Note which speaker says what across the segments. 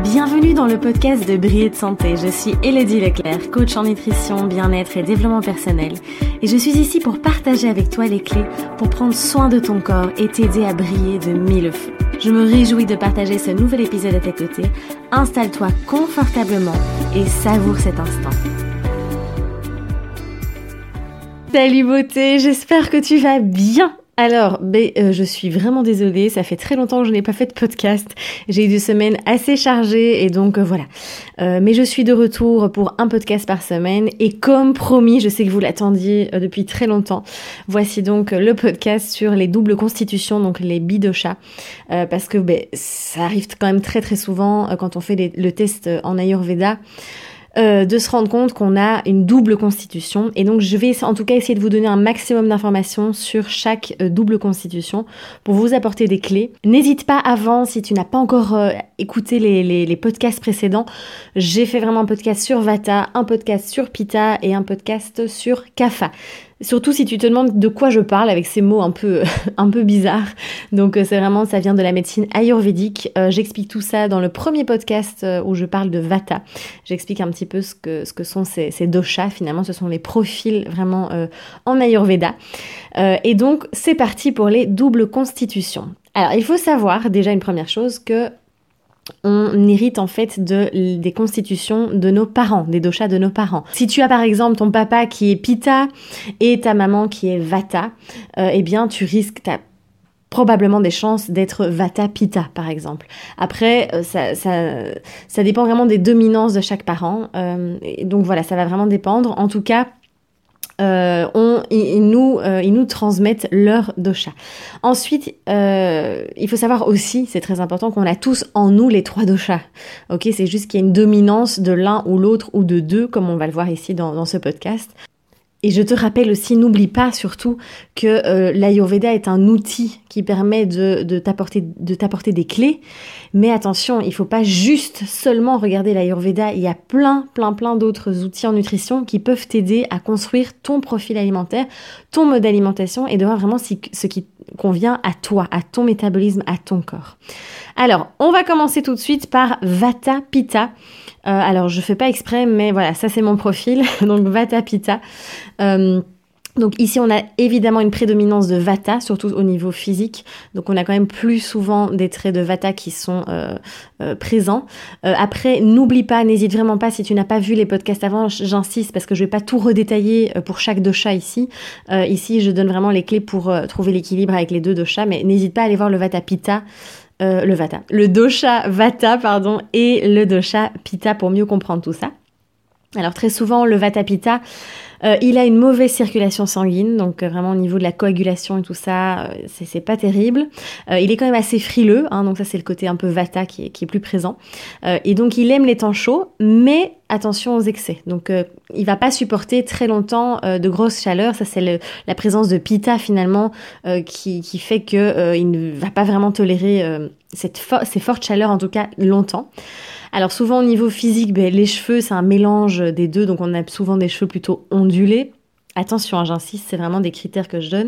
Speaker 1: Bienvenue dans le podcast de Briller de Santé. Je suis Élodie Leclerc, coach en nutrition, bien-être et développement personnel. Et je suis ici pour partager avec toi les clés pour prendre soin de ton corps et t'aider à briller de mille feux. Je me réjouis de partager ce nouvel épisode à tes côtés. Installe-toi confortablement et savoure cet instant. Salut beauté, j'espère que tu vas bien. Alors, je suis vraiment désolée, ça fait très longtemps que je n'ai pas fait de podcast. J'ai eu des semaines assez chargées et donc voilà. Mais je suis de retour pour un podcast par semaine et comme promis, je sais que vous l'attendiez depuis très longtemps. Voici donc le podcast sur les doubles constitutions, donc les bidoshas. Parce que ça arrive quand même très très souvent quand on fait le test en Ayurveda. De se rendre compte qu'on a une double constitution et donc je vais en tout cas essayer de vous donner un maximum d'informations sur chaque double constitution pour vous apporter des clés. N'hésite pas avant, si tu n'as pas encore écouté les podcasts précédents, j'ai fait vraiment un podcast sur Vata, un podcast sur Pitta et un podcast sur Kapha. Surtout si tu te demandes de quoi je parle avec ces mots un peu bizarres. Donc c'est vraiment, ça vient de la médecine ayurvédique. J'explique tout ça dans le premier podcast où je parle de Vata. J'explique un petit peu ce que sont ces doshas. Finalement, ce sont les profils vraiment en Ayurveda. Et donc c'est parti pour les doubles constitutions. Alors il faut savoir déjà une première chose que on hérite en fait des constitutions de nos parents, des doshas de nos parents. Si tu as par exemple ton papa qui est Pitta et ta maman qui est Vata, eh bien tu t'as probablement des chances d'être Vata-Pitta par exemple. Après, ça dépend vraiment des dominances de chaque parent. Et donc voilà, ça va vraiment dépendre. En tout cas, ils nous transmettent leur dosha. Ensuite, il faut savoir aussi, c'est très important, qu'on a tous en nous les trois doshas. Ok, c'est juste qu'il y a une dominance de l'un ou l'autre ou de deux, comme on va le voir ici dans ce podcast. Et je te rappelle aussi, n'oublie pas surtout que l'Ayurveda est un outil qui permet de t'apporter des clés. Mais attention, il ne faut pas juste seulement regarder l'Ayurveda. Il y a plein d'autres outils en nutrition qui peuvent t'aider à construire ton profil alimentaire, ton mode d'alimentation et de voir vraiment ce qui convient à toi, à ton métabolisme, à ton corps. Alors, on va commencer tout de suite par Vata Pitta. Alors, je fais pas exprès, mais voilà, ça c'est mon profil, donc Vata Pitta. Donc ici, on a évidemment une prédominance de Vata, surtout au niveau physique. Donc on a quand même plus souvent des traits de Vata qui sont présents. Après, n'hésite vraiment pas, si tu n'as pas vu les podcasts avant, j'insiste parce que je vais pas tout redétailler pour chaque dosha ici. Ici, je donne vraiment les clés pour trouver l'équilibre avec les deux doshas, mais n'hésite pas à aller voir le Vata Pitta. Le dosha Vata, et le dosha Pitta pour mieux comprendre tout ça. Alors très souvent, le Vata Pitta, il a une mauvaise circulation sanguine, donc vraiment au niveau de la coagulation et tout ça, c'est pas terrible. Il est quand même assez frileux, donc ça c'est le côté un peu Vata qui est plus présent. Et donc il aime les temps chauds, mais attention aux excès. Donc il va pas supporter très longtemps de grosses chaleurs. Ça c'est la présence de Pitta finalement qui fait que il ne va pas vraiment tolérer ces fortes chaleurs en tout cas longtemps. Alors souvent au niveau physique, les cheveux c'est un mélange des deux, donc on a souvent des cheveux plutôt ondulés. Attention, j'insiste, c'est vraiment des critères que je donne.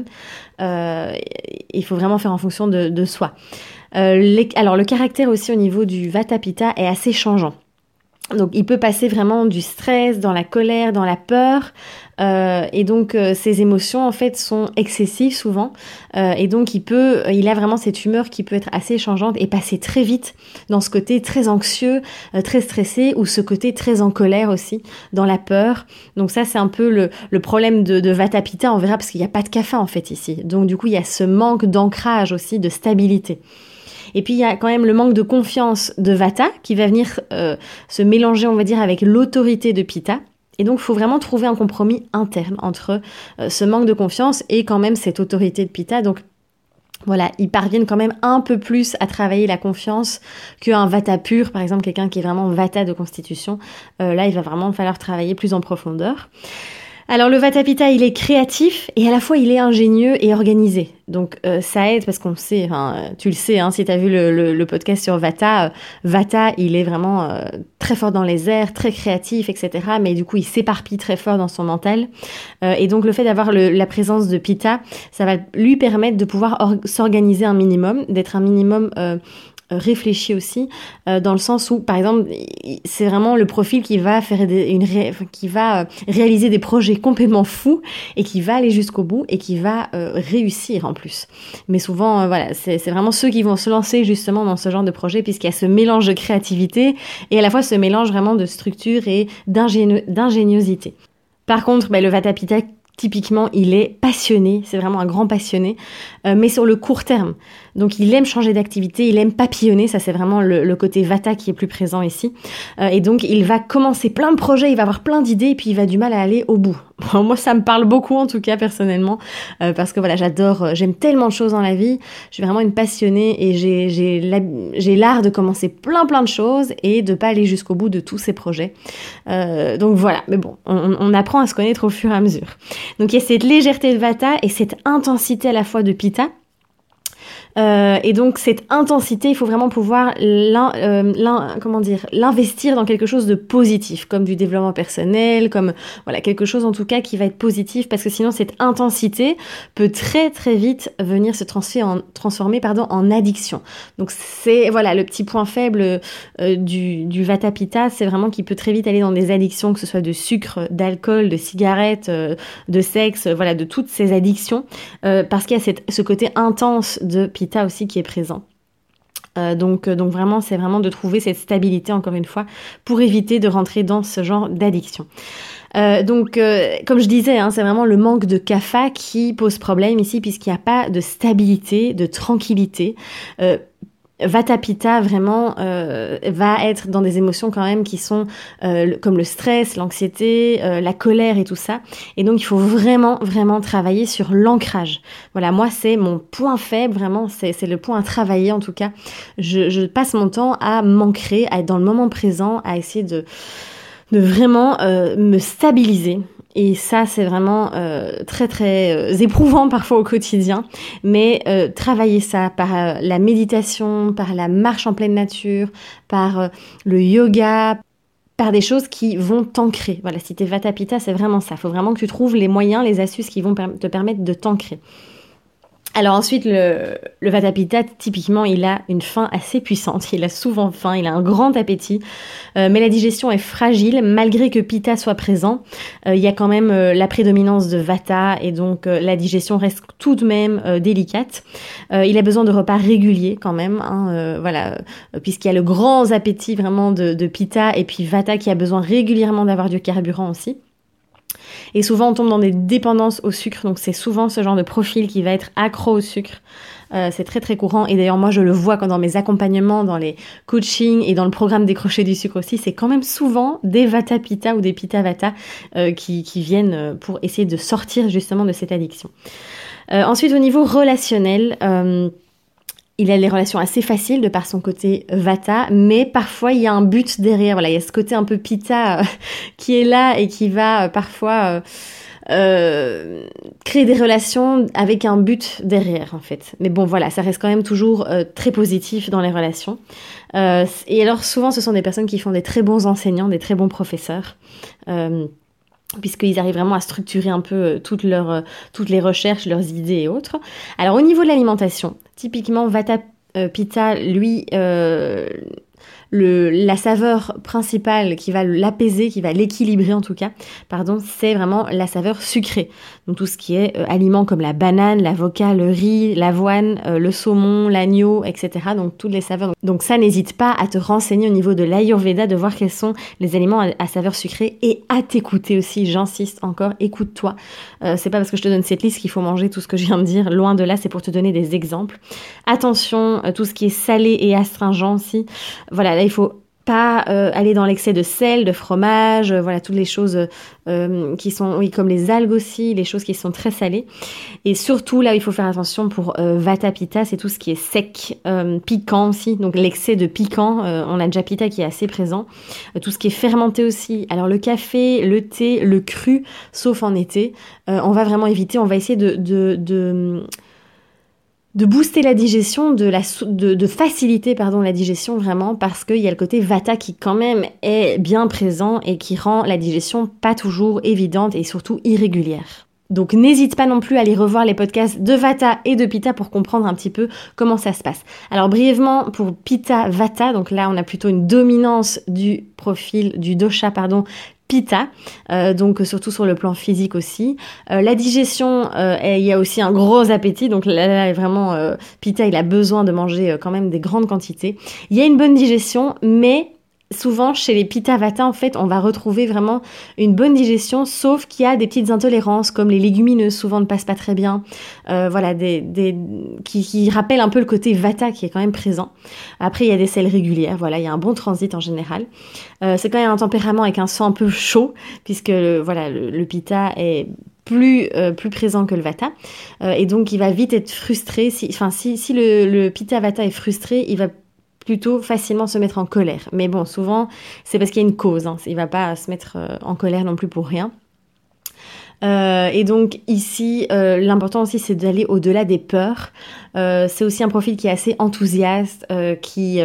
Speaker 1: Il faut vraiment faire en fonction de soi. Alors le caractère aussi au niveau du Vata Pitta est assez changeant. Donc il peut passer vraiment du stress, dans la colère, dans la peur, et donc ces émotions en fait sont excessives souvent, et donc il a vraiment cette humeur qui peut être assez changeante et passer très vite dans ce côté très anxieux, très stressé, ou ce côté très en colère aussi, dans la peur. Donc ça c'est un peu le problème de Vata Pitta, on verra, parce qu'il n'y a pas de kapha en fait ici. Donc du coup il y a ce manque d'ancrage aussi, de stabilité. Et puis il y a quand même le manque de confiance de Vata qui va venir se mélanger, on va dire, avec l'autorité de Pitta. Et donc il faut vraiment trouver un compromis interne entre ce manque de confiance et quand même cette autorité de Pitta. Donc voilà, ils parviennent quand même un peu plus à travailler la confiance qu'un Vata pur, par exemple quelqu'un qui est vraiment Vata de constitution. Là il va vraiment falloir travailler plus en profondeur. Alors le Vata Pitta, il est créatif et à la fois il est ingénieux et organisé. Donc ça aide parce qu'on sait, tu le sais, si tu as vu le podcast sur Vata, Vata il est vraiment très fort dans les airs, très créatif, etc. Mais du coup il s'éparpille très fort dans son mental. Et donc le fait d'avoir la présence de Pitta, ça va lui permettre de pouvoir s'organiser un minimum, d'être un minimum réfléchi aussi, dans le sens où, par exemple, c'est vraiment le profil qui va faire qui va réaliser des projets complètement fous et qui va aller jusqu'au bout et qui va réussir en plus. Mais souvent, voilà, c'est vraiment ceux qui vont se lancer justement dans ce genre de projet, puisqu'il y a ce mélange de créativité et à la fois ce mélange vraiment de structure et d'ingéniosité. Par contre, le Vata Pitta, typiquement, il est passionné, c'est vraiment un grand passionné, mais sur le court terme. Donc il aime changer d'activité, il aime papillonner, ça c'est vraiment le côté Vata qui est plus présent ici. Et donc il va commencer plein de projets, il va avoir plein d'idées et puis il va du mal à aller au bout. Bon, moi ça me parle beaucoup en tout cas personnellement, parce que voilà, j'aime tellement de choses dans la vie, je suis vraiment une passionnée et j'ai l'art de commencer plein de choses et de pas aller jusqu'au bout de tous ces projets. Donc voilà, mais bon, on apprend à se connaître au fur et à mesure. Donc il y a cette légèreté de Vata et cette intensité à la fois de Pitta. Et donc cette intensité, il faut vraiment pouvoir l'investir dans quelque chose de positif, comme du développement personnel, comme voilà quelque chose en tout cas qui va être positif, parce que sinon cette intensité peut très très vite venir se transformer en addiction. Donc c'est voilà le petit point faible du Vata Pitta, c'est vraiment qu'il peut très vite aller dans des addictions, que ce soit de sucre, d'alcool, de cigarettes, de sexe, voilà, de toutes ces addictions, parce qu'il y a ce côté intense de Pitta aussi qui est présent. Donc vraiment, c'est vraiment de trouver cette stabilité, encore une fois, pour éviter de rentrer dans ce genre d'addiction. Comme je disais, c'est vraiment le manque de kapha qui pose problème ici, puisqu'il n'y a pas de stabilité, de tranquillité. Vata Pitta vraiment va être dans des émotions quand même qui sont comme le stress, l'anxiété, la colère et tout ça. Et donc il faut vraiment travailler sur l'ancrage. Voilà, moi c'est mon point faible, vraiment c'est le point à travailler en tout cas. Je passe mon temps à m'ancrer, à être dans le moment présent, à essayer de vraiment me stabiliser. Et ça, c'est vraiment très éprouvant parfois au quotidien. Mais travailler ça par la méditation, par la marche en pleine nature, par le yoga, par des choses qui vont t'ancrer. Voilà, si t'es Vata Pitta, c'est vraiment ça. Il faut vraiment que tu trouves les moyens, les astuces qui vont te permettre de t'ancrer. Alors ensuite, le Vata Pitta, typiquement, il a une faim assez puissante. Il a souvent faim, il a un grand appétit, mais la digestion est fragile. Malgré que Pitta soit présent, il y a quand même la prédominance de Vata et donc la digestion reste tout de même délicate. Il a besoin de repas réguliers quand même, voilà, puisqu'il y a le grand appétit vraiment de Pitta et puis Vata qui a besoin régulièrement d'avoir du carburant aussi. Et souvent, on tombe dans des dépendances au sucre. Donc, c'est souvent ce genre de profil qui va être accro au sucre. C'est très courant. Et d'ailleurs, moi, je le vois quand dans mes accompagnements, dans les coachings et dans le programme Décrocher du sucre aussi, c'est quand même souvent des Vata Pitta ou des Pitta Vata qui viennent pour essayer de sortir justement de cette addiction. Ensuite, au niveau relationnel... il a les relations assez faciles de par son côté Vata, mais parfois il y a un but derrière. Voilà, il y a ce côté un peu Pitta qui est là et qui va parfois créer des relations avec un but derrière en fait. Mais bon voilà, ça reste quand même toujours très positif dans les relations. Et alors souvent ce sont des personnes qui font des très bons enseignants, des très bons professeurs. Puisqu'ils arrivent vraiment à structurer un peu toutes les recherches, leurs idées et autres. Alors au niveau de l'alimentation, typiquement Vata Pitta, lui, la saveur principale qui va l'apaiser, qui va l'équilibrer en tout cas, c'est vraiment la saveur sucrée. Donc tout ce qui est aliments comme la banane, l'avocat, le riz, l'avoine, le saumon, l'agneau, etc. Donc toutes les saveurs. Donc ça, n'hésite pas à te renseigner au niveau de l'Ayurveda, de voir quels sont les aliments à saveur sucrée et à t'écouter aussi. J'insiste encore, écoute-toi. C'est pas parce que je te donne cette liste qu'il faut manger tout ce que je viens de dire. Loin de là, c'est pour te donner des exemples. Attention, tout ce qui est salé et astringent aussi. Voilà, là il faut pas aller dans l'excès de sel, de fromage, voilà toutes les choses qui sont, oui, comme les algues aussi, les choses qui sont très salées. Et surtout là, il faut faire attention pour Vata Pitta, c'est tout ce qui est sec, piquant aussi. Donc l'excès de piquant, on a déjà Pitta qui est assez présent. Tout ce qui est fermenté aussi. Alors le café, le thé, le cru, sauf en été, on va vraiment éviter. On va essayer de booster la digestion, de faciliter la digestion vraiment, parce qu'il y a le côté Vata qui quand même est bien présent et qui rend la digestion pas toujours évidente et surtout irrégulière. Donc n'hésite pas non plus à aller revoir les podcasts de Vata et de Pitta pour comprendre un petit peu comment ça se passe. Alors brièvement pour Pitta Vata, donc là on a plutôt une dominance du profil du dosha Pitta, donc surtout sur le plan physique aussi. La digestion, il y a aussi un gros appétit, donc là vraiment Pitta il a besoin de manger quand même des grandes quantités. Il y a une bonne digestion, mais souvent, chez les Pitta Vata, en fait, on va retrouver vraiment une bonne digestion, sauf qu'il y a des petites intolérances, comme les légumineuses, souvent ne passent pas très bien. Qui rappellent un peu le côté Vata qui est quand même présent. Après, il y a des selles régulières, il y a un bon transit en général. C'est quand même un tempérament avec un sang un peu chaud, puisque le Pitta est plus présent que le Vata, et donc il va vite être frustré. Si le Pitta Vata est frustré, il va plutôt facilement se mettre en colère. Mais bon, souvent, c'est parce qu'il y a une cause. Il va pas se mettre en colère non plus pour rien. Et donc ici, l'important aussi, c'est d'aller au-delà des peurs. C'est aussi un profil qui est assez enthousiaste, qui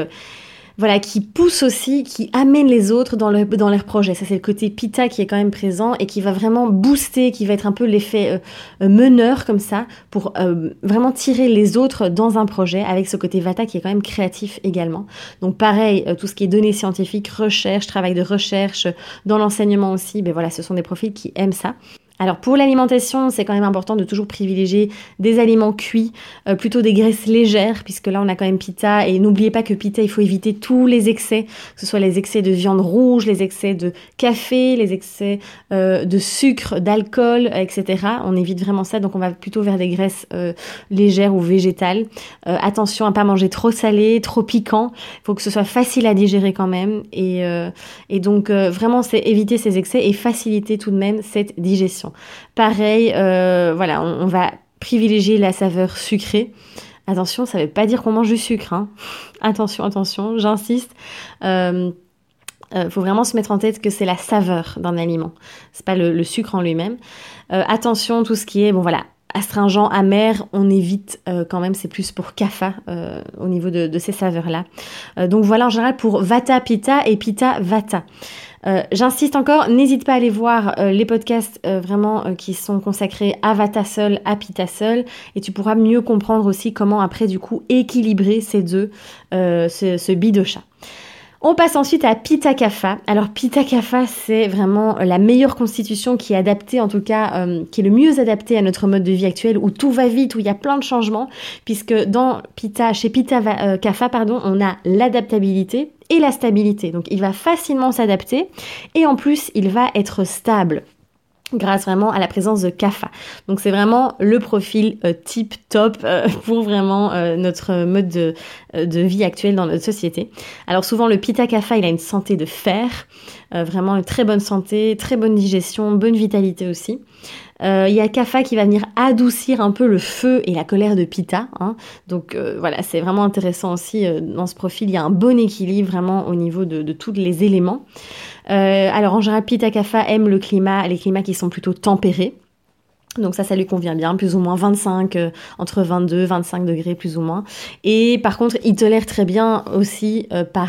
Speaker 1: pousse aussi, qui amène les autres dans leurs projets. Ça, c'est le côté Pitta qui est quand même présent et qui va vraiment booster, qui va être un peu l'effet meneur comme ça, pour vraiment tirer les autres dans un projet, avec ce côté Vata qui est quand même créatif également. Donc pareil, tout ce qui est données scientifiques, recherche, travail de recherche, dans l'enseignement aussi, ce sont des profils qui aiment ça. Alors pour l'alimentation, c'est quand même important de toujours privilégier des aliments cuits, plutôt des graisses légères, puisque là on a quand même Pitta, et n'oubliez pas que Pitta, il faut éviter tous les excès, que ce soit les excès de viande rouge, les excès de café, les excès de sucre, d'alcool, etc. On évite vraiment ça, donc on va plutôt vers des graisses légères ou végétales. Attention à pas manger trop salé, trop piquant, il faut que ce soit facile à digérer quand même, et donc vraiment c'est éviter ces excès et faciliter tout de même cette digestion. Pareil, on va privilégier la saveur sucrée. Attention, ça ne veut pas dire qu'on mange du sucre. Attention, j'insiste. Faut vraiment se mettre en tête que c'est la saveur d'un aliment. C'est pas le sucre en lui-même. Attention, tout ce qui est, astringent, amer, on évite quand même, c'est plus pour kapha au niveau de ces saveurs-là. Donc voilà en général pour Vata Pitta et Pitta Vata. J'insiste encore, n'hésite pas à aller voir les podcasts qui sont consacrés à Vata seul, à Pitta seul, et tu pourras mieux comprendre aussi comment après du coup équilibrer ces deux, ce bidosha. On passe ensuite à Pitta Kapha. Alors Pitta Kapha, c'est vraiment la meilleure constitution qui est adaptée, en tout cas qui est le mieux adapté à notre mode de vie actuel, où tout va vite, où il y a plein de changements, puisque chez Pitta Kapha, on a l'adaptabilité et la stabilité. Donc il va facilement s'adapter et en plus il va être stable grâce vraiment à la présence de kapha. Donc c'est vraiment le profil tip top pour vraiment notre mode de vie actuel dans notre société. Alors souvent le Pitta Kapha, il a une santé de fer, vraiment une très bonne santé, très bonne digestion, bonne vitalité aussi. Il y a kapha qui va venir adoucir un peu le feu et la colère de Pitta. Donc c'est vraiment intéressant aussi dans ce profil. Il y a un bon équilibre vraiment au niveau de tous les éléments. Alors en général, Pitta Kapha aime les climats qui sont plutôt tempérés. Donc ça lui convient bien, plus ou moins 25, entre 22, 25 degrés plus ou moins. Et par contre, il tolère très bien aussi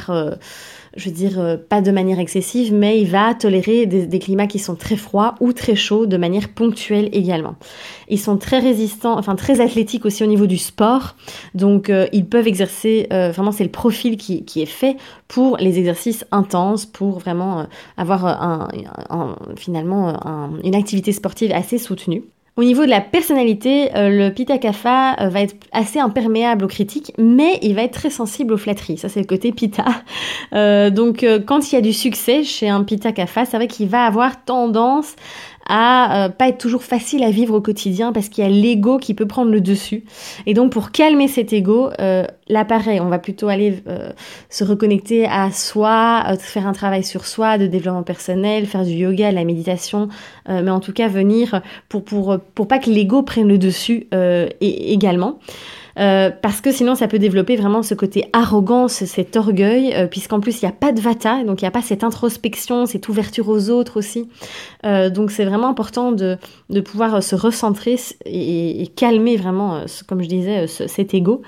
Speaker 1: pas de manière excessive, mais il va tolérer des climats qui sont très froids ou très chauds de manière ponctuelle également. Ils sont très résistants, très athlétiques aussi au niveau du sport, donc ils peuvent exercer, vraiment c'est le profil qui est fait pour les exercices intenses, pour vraiment avoir une activité sportive assez soutenue. Au niveau de la personnalité, le Pitta Kapha va être assez imperméable aux critiques, mais il va être très sensible aux flatteries. Ça, c'est le côté Pitta. Donc, quand il y a du succès chez un Pitta Kapha, c'est vrai qu'il va avoir tendance à pas être toujours facile à vivre au quotidien parce qu'il y a l'ego qui peut prendre le dessus. Et donc, pour calmer cet ego, là, pareil, on va plutôt aller se reconnecter à soi, faire un travail sur soi, de développement personnel, faire du yoga, de la méditation, mais en tout cas venir pour pas que l'ego prenne le dessus également. parce que sinon ça peut développer vraiment ce côté arrogance, cet orgueil, puisqu'en plus il n'y a pas de vata, donc il n'y a pas cette introspection, cette ouverture aux autres aussi. Donc c'est vraiment important de pouvoir se recentrer et calmer vraiment, comme je disais, cet ego.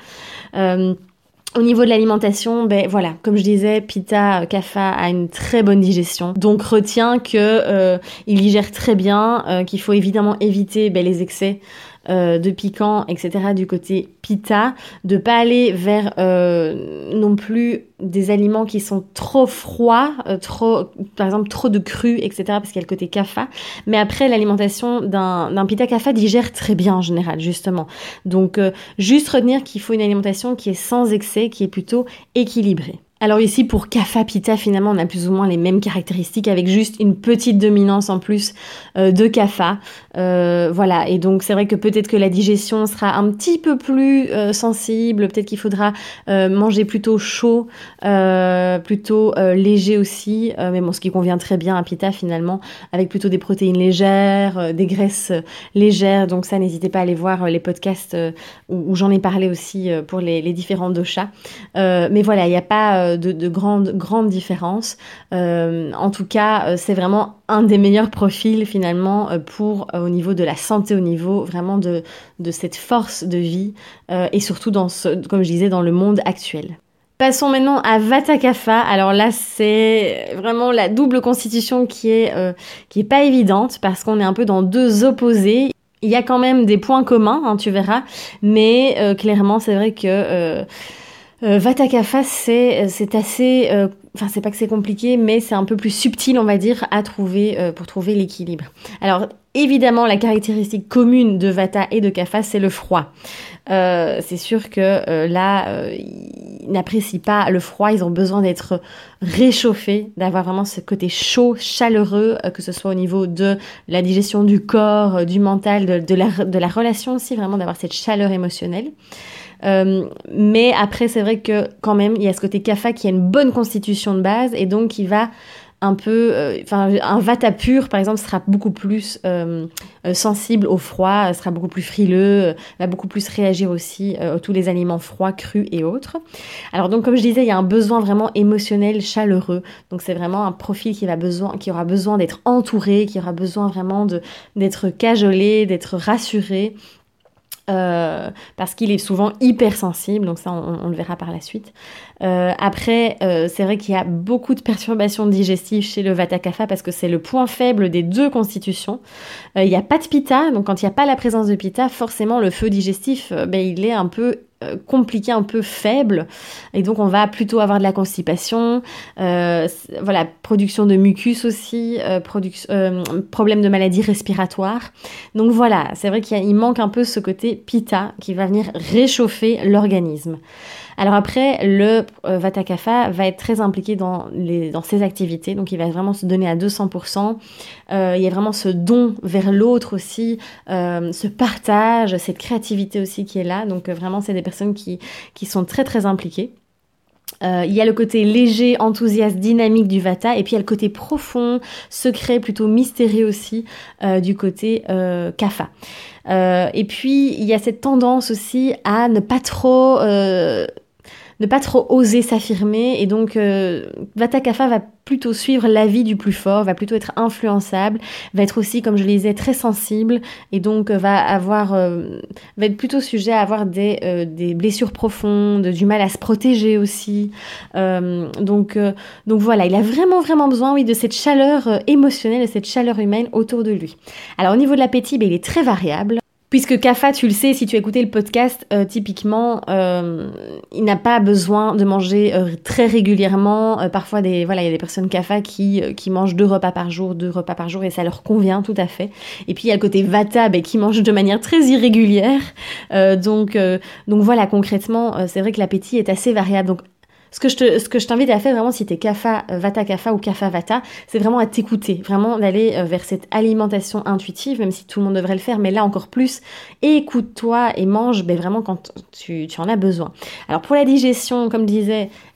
Speaker 1: Au niveau de l'alimentation, ben voilà, comme je disais, Pitta Kapha a une très bonne digestion. Donc retiens que il digère très bien, qu'il faut évidemment éviter les excès de piquant, etc. du côté Pitta, de pas aller vers non plus des aliments qui sont trop froids, par exemple trop de cru, etc. parce qu'il y a le côté Kapha. Mais après, l'alimentation d'un Pitta Kapha digère très bien en général, justement. Donc juste retenir qu'il faut une alimentation qui est sans excès, qui est plutôt équilibrée. Alors ici, pour Kapha Pitta, finalement, on a plus ou moins les mêmes caractéristiques avec juste une petite dominance en plus de Kapha. Voilà, et donc c'est vrai que peut-être que la digestion sera un petit peu plus sensible, peut-être qu'il faudra manger plutôt chaud, plutôt léger aussi, mais bon, ce qui convient très bien à Pitta finalement, avec plutôt des protéines légères, des graisses légères, donc ça, n'hésitez pas à aller voir les podcasts où j'en ai parlé aussi pour les différents doshas. Mais voilà, il n'y a pas de grandes différences. En tout cas, c'est vraiment un des meilleurs profils finalement pour au niveau de la santé, au niveau vraiment de cette force de vie et surtout comme je disais, dans le monde actuel. Passons maintenant à Vata Kapha. Alors là, c'est vraiment la double constitution qui est pas évidente parce qu'on est un peu dans deux opposés. Il y a quand même des points communs, hein, tu verras, mais clairement, c'est vrai que Vata Kapha, c'est assez... Enfin, c'est pas que c'est compliqué, mais c'est un peu plus subtil, on va dire, à trouver pour trouver l'équilibre. Alors, évidemment, la caractéristique commune de Vata et de Kapha, c'est le froid. C'est sûr que là, ils n'apprécient pas le froid, ils ont besoin d'être réchauffés, d'avoir vraiment ce côté chaud, chaleureux, que ce soit au niveau de la digestion du corps, du mental, de la relation aussi, vraiment d'avoir cette chaleur émotionnelle. Mais après, c'est vrai que quand même, il y a ce côté Kapha qui a une bonne constitution de base et donc qui va un peu... un Vata pur, par exemple, sera beaucoup plus sensible au froid, sera beaucoup plus frileux, va beaucoup plus réagir aussi à tous les aliments froids, crus et autres. Alors donc, comme je disais, il y a un besoin vraiment émotionnel, chaleureux. Donc c'est vraiment un profil qui aura besoin d'être entouré, qui aura besoin vraiment d'être cajolé, d'être rassuré. Parce qu'il est souvent hypersensible, donc ça on le verra par la suite. Après, c'est vrai qu'il y a beaucoup de perturbations digestives chez le Vata Kapha parce que c'est le point faible des deux constitutions. Il n'y a pas de Pitta, donc quand il n'y a pas la présence de Pitta, forcément le feu digestif, il est un peu compliqué, un peu faible, et donc on va plutôt avoir de la constipation, voilà, production de mucus aussi, problème de maladies respiratoires. Donc voilà, c'est vrai qu'il manque un peu ce côté Pitta qui va venir réchauffer l'organisme. Alors après, le Vata Kapha va être très impliqué dans ses activités, donc il va vraiment se donner à 200%. Il y a vraiment ce don vers l'autre aussi, ce partage, cette créativité aussi qui est là. Donc vraiment, c'est des personnes qui sont très très impliquées. Il y a le côté léger, enthousiaste, dynamique du Vata, et puis il y a le côté profond, secret, plutôt mystérieux aussi du côté Kapha. Et puis il y a cette tendance aussi à ne pas trop oser s'affirmer, et donc Vata Kapha va plutôt suivre l'avis du plus fort, va plutôt être influençable, va être aussi, comme je le disais, très sensible, et donc va être plutôt sujet à avoir des blessures profondes, du mal à se protéger aussi. Donc voilà, il a vraiment vraiment besoin, oui, de cette chaleur émotionnelle, de cette chaleur humaine autour de lui. Alors au niveau de l'appétit, il est très variable. Puisque Kapha, tu le sais, si tu as écouté le podcast, typiquement, il n'a pas besoin de manger très régulièrement. Parfois, il y a des personnes Kapha qui mangent 2 repas par jour, et ça leur convient tout à fait. Et puis, il y a le côté Vata, qui mange de manière très irrégulière. Donc voilà, concrètement, c'est vrai que l'appétit est assez variable. Donc, ce que je t'invite à faire vraiment, si t'es Kapha, Vata Kapha ou Kapha Vata, c'est vraiment à t'écouter, vraiment d'aller vers cette alimentation intuitive, même si tout le monde devrait le faire, mais là encore plus, écoute-toi et mange vraiment quand tu en as besoin. Alors pour la digestion, comme je disais,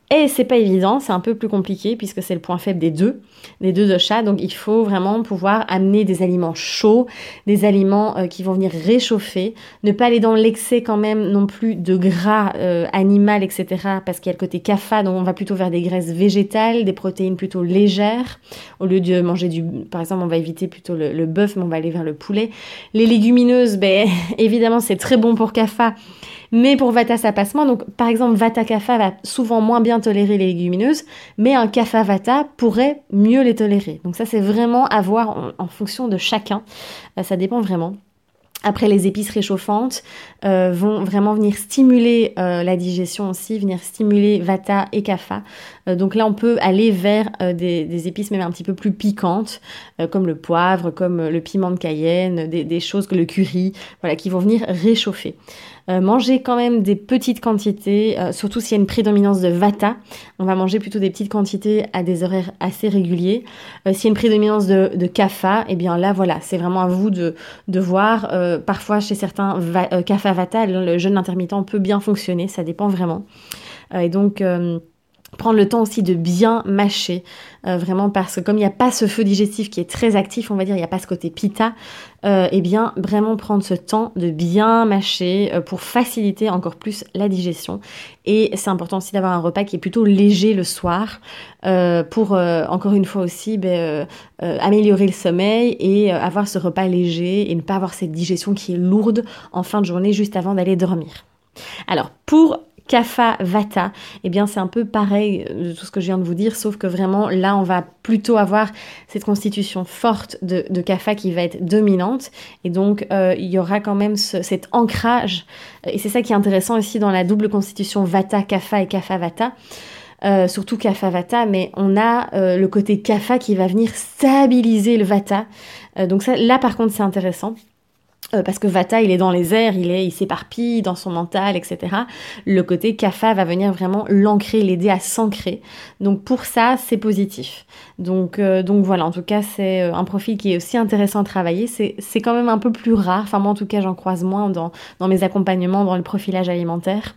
Speaker 1: Et c'est pas évident, c'est un peu plus compliqué puisque c'est le point faible des deux doshas. Donc il faut vraiment pouvoir amener des aliments chauds, des aliments qui vont venir réchauffer, ne pas aller dans l'excès quand même non plus de gras animal, etc. Parce qu'il y a le côté kapha, donc on va plutôt vers des graisses végétales, des protéines plutôt légères. Au lieu de manger par exemple, on va éviter plutôt le bœuf, mais on va aller vers le poulet. Les légumineuses, évidemment c'est très bon pour kapha. Mais pour Vata, ça passe moins. Donc, par exemple, Vata Kapha va souvent moins bien tolérer les légumineuses, mais un Kapha Vata pourrait mieux les tolérer. Donc ça, c'est vraiment à voir en fonction de chacun. Ça dépend vraiment. Après, les épices réchauffantes vont vraiment venir stimuler la digestion aussi, venir stimuler Vata et Kapha. Donc là, on peut aller vers des épices même un petit peu plus piquantes, comme le poivre, comme le piment de Cayenne, des choses que le curry, voilà, qui vont venir réchauffer. Manger quand même des petites quantités, surtout s'il y a une prédominance de Vata. On va manger plutôt des petites quantités à des horaires assez réguliers. S'il y a une prédominance de Kapha, eh bien là, voilà, c'est vraiment à vous de voir. Parfois, chez certains Kapha Vata, le jeûne intermittent peut bien fonctionner, ça dépend vraiment. Et donc... prendre le temps aussi de bien mâcher, vraiment parce que comme il n'y a pas ce feu digestif qui est très actif, on va dire, il n'y a pas ce côté pitta, eh bien vraiment prendre ce temps de bien mâcher pour faciliter encore plus la digestion. Et c'est important aussi d'avoir un repas qui est plutôt léger le soir pour encore une fois aussi améliorer le sommeil et avoir ce repas léger et ne pas avoir cette digestion qui est lourde en fin de journée juste avant d'aller dormir. Alors pour Kapha Vata, eh bien c'est un peu pareil de tout ce que je viens de vous dire, sauf que vraiment là on va plutôt avoir cette constitution forte de Kapha qui va être dominante et donc il y aura quand même cet ancrage et c'est ça qui est intéressant aussi dans la double constitution Vata Kapha et Kapha Vata. Surtout Kapha Vata, mais on a le côté Kapha qui va venir stabiliser le Vata. Donc ça, là par contre c'est intéressant. Parce que Vata, il est dans les airs, il s'éparpille dans son mental, etc. Le côté Kapha va venir vraiment l'ancrer, l'aider à s'ancrer. Donc pour ça, c'est positif. Donc voilà, en tout cas, c'est un profil qui est aussi intéressant à travailler. C'est quand même un peu plus rare. Enfin moi, en tout cas, j'en croise moins dans mes accompagnements, dans le profilage alimentaire.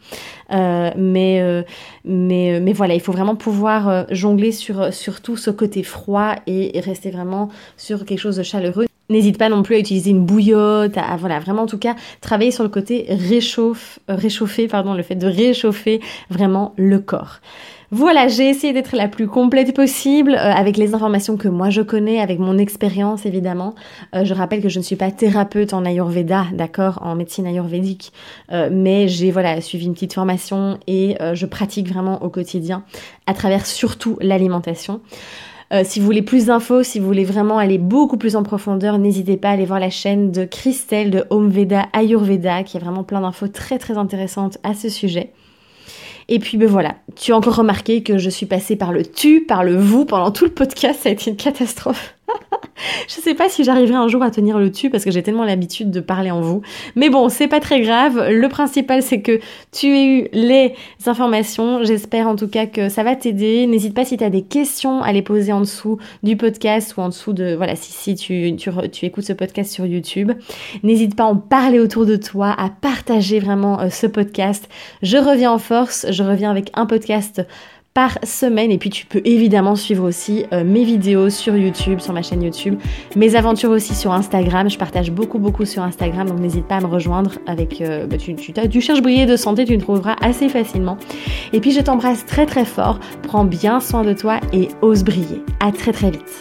Speaker 1: Mais voilà, il faut vraiment pouvoir jongler sur tout ce côté froid et rester vraiment sur quelque chose de chaleureux. N'hésite pas non plus à utiliser une bouillotte, voilà, vraiment en tout cas, travailler sur le côté réchauffer, le fait de réchauffer vraiment le corps. Voilà, j'ai essayé d'être la plus complète possible avec les informations que moi je connais, avec mon expérience évidemment. Je rappelle que je ne suis pas thérapeute en Ayurveda, d'accord, en médecine ayurvédique, mais j'ai suivi une petite formation et je pratique vraiment au quotidien à travers surtout l'alimentation. Si vous voulez plus d'infos, si vous voulez vraiment aller beaucoup plus en profondeur, n'hésitez pas à aller voir la chaîne de Christelle de Om Veda Ayurveda qui a vraiment plein d'infos très très intéressantes à ce sujet. Et puis voilà, tu as encore remarqué que je suis passée par le tu, par le vous pendant tout le podcast, ça a été une catastrophe. Je sais pas si j'arriverai un jour à tenir le tu parce que j'ai tellement l'habitude de parler en vous. Mais bon, c'est pas très grave. Le principal, c'est que tu aies eu les informations. J'espère en tout cas que ça va t'aider. N'hésite pas si tu as des questions à les poser en dessous du podcast ou en dessous de... Voilà, si tu écoutes ce podcast sur YouTube. N'hésite pas à en parler autour de toi, à partager vraiment ce podcast. Je reviens en force. Je reviens avec un podcast par semaine et puis tu peux évidemment suivre aussi mes vidéos sur YouTube, sur ma chaîne YouTube, mes aventures aussi sur Instagram, je partage beaucoup sur Instagram donc n'hésite pas à me rejoindre avec, tu cherches briller de santé, tu me trouveras assez facilement et puis je t'embrasse très très fort, prends bien soin de toi et ose briller, à très très vite.